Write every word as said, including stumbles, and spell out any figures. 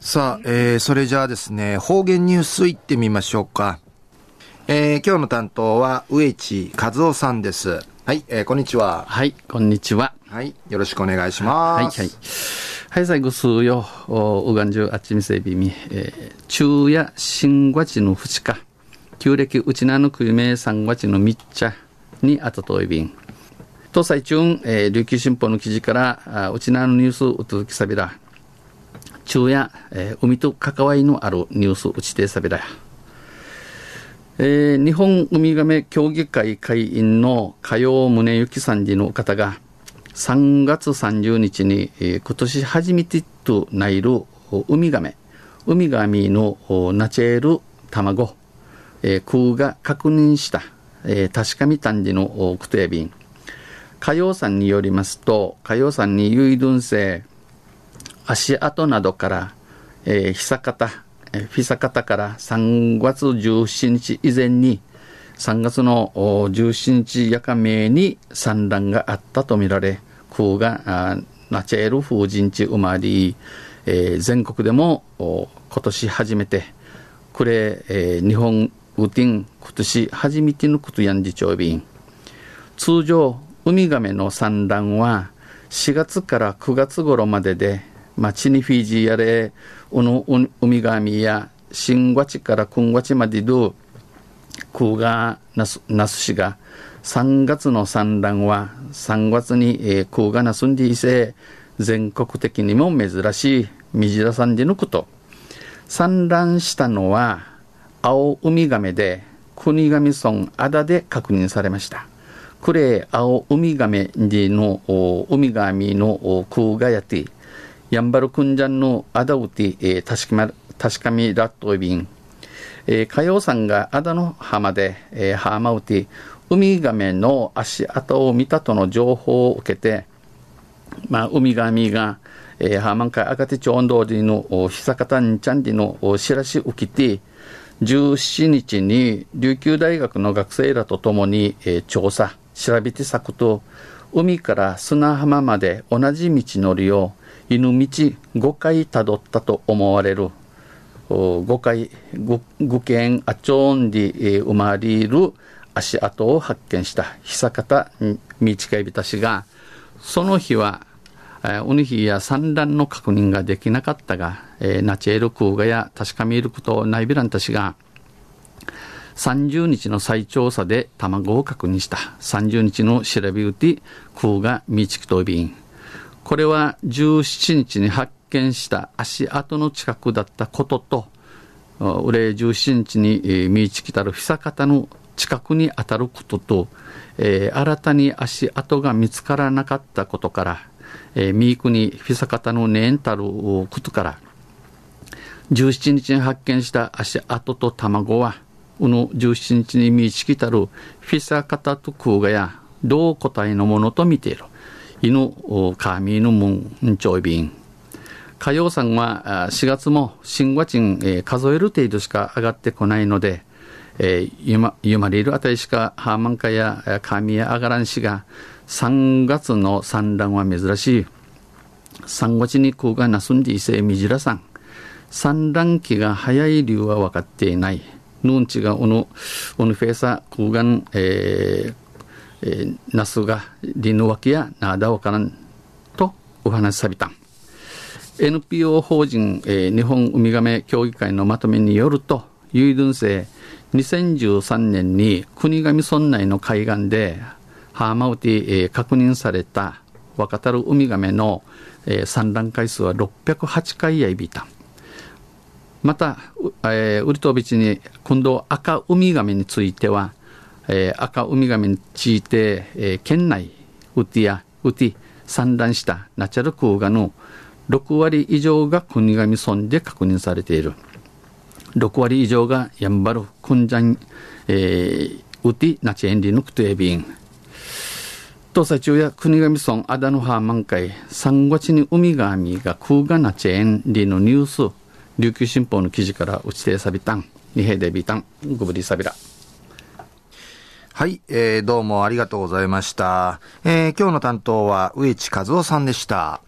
さあ、えー、それじゃあですね、方言ニュースいってみましょうか。えー、今日の担当は植地和夫さんです。はい、えー、こんにちは。 はい、こんにちは。 はい、よろしくお願いします。 はい、はい。はい、最後数よ、うがんじゅうあっちみせびみ、えー、昼夜新月のふちか、旧暦うちなのくゆめ三月のみっちゃにあたといびん。と最中、えー、琉球新報の記事から、うちなのニュースを続きさびら、昼夜、えー、海と関わりのあるニュースうちてさびらや。えー、日本ウミガメ協議会会員の加陽宗行さんじの方がさんがつさんじゅうにちに、えー、今年初めてとなるウミガメウミガメのナチェール卵、えー、空が確認した、えー、確かみたんじのクトヤビン加陽さんによりますと、加陽さんにユイドゥンセ足跡などから、えー、久方フィサカタからさんがつじゅうしちにち以前にさんがつのじゅうしちにち夜間名に産卵があったとみられ、空がナチェール風神地生まれ、えー、全国でも今年初めてこれ、えー、日本ウティン今年初めてのことやんじちょうびん。通常ウミガメの産卵はしがつからくがつ頃までで、まあ、チニフィジーやれうのウミガメや新月からくんがちまでの空がなすなすしがさんがつの産卵はさんがつに、えー、空がなすんでいせ、全国的にも珍しいミジラさんでのこと。産卵したのは青ウミガメで国頭村アダで確認されました。これ青ウミガメでのウミガメの空がやってやんばるくんじゃんのアダウティ、えー、確かま確かみラットイビン、えー、海洋さんがアダの浜で、えー、ハーマウティウミガメの足跡を見たとの情報を受けて、まあ、ウミガメが、えー、ハーマンカイ赤手町温度の久方んちゃんでの知らし受けてじゅうしちにちに琉球大学の学生らとともに、えー、調査調べてさくと、海から砂浜まで同じ道のりを犬道ごかいたどったと思われるごかい具県アチョンで生まれる足跡を発見した久方道かいびたしが、その日はウニヒや産卵の確認ができなかったが、えー、ナチェール空がや確かめることないびらんたしがさんじゅうにちの再調査で卵を確認した。さんじゅうにちの調べうて空がみちきとびん。これはじゅうしちにちに発見した足跡の近くだったことと、うれじゅうしちにちに見つけたる久方の近くにあたることと、えー、新たに足跡が見つからなかったことから、えー、ミークに久方のネンタルことからじゅうしちにちに発見した足跡と卵はうのじゅうしちにちに見つけたる久方と空がや同個体のものと見ている。犬カーミーのムンチョイビン。火曜さんはしがつも新月賃、えー、数える程度しか上がってこないので、えー、ゆまゆまれるあたりしかハーマンカやカーミーや上がらんしがさんがつの産卵は珍しい。さんがつに空がなすんでいせみじらさん。産卵期が早い理由は分かっていない。ヌンチがおのおのフェーサ空がん、えーえー、ナスがリヌワキやナーダワカランとお話しさびたん。 エヌピーオー 法人、えー、日本ウミガメ協議会のまとめによると、ユイドゥンセにせんじゅうさんねんに国頭村内の海岸でハーマウティ、えー、確認された若たるウミガメの、えー、産卵回数はろっぴゃくはちかいやいびた。また、えー、ウリトビチに今度赤ウミガメについては、えー、赤ウミガメについて、えー、県内ウティやウティ産卵したナチャルクーガのろくわり以上が国頭村で確認されている。ろくわり以上がやんばるクンジャン、えー、ウティナチェンリヌクトエビン。東西中や国頭村アダノハーマンカイさんがつにウミガメがクーガナチェンリのニュース琉球新報の記事からうちてさびたんにへいでびたんごぶりさびら。 はい、えー、どうもありがとうございました。えー、今日の担当は植地和夫さんでした。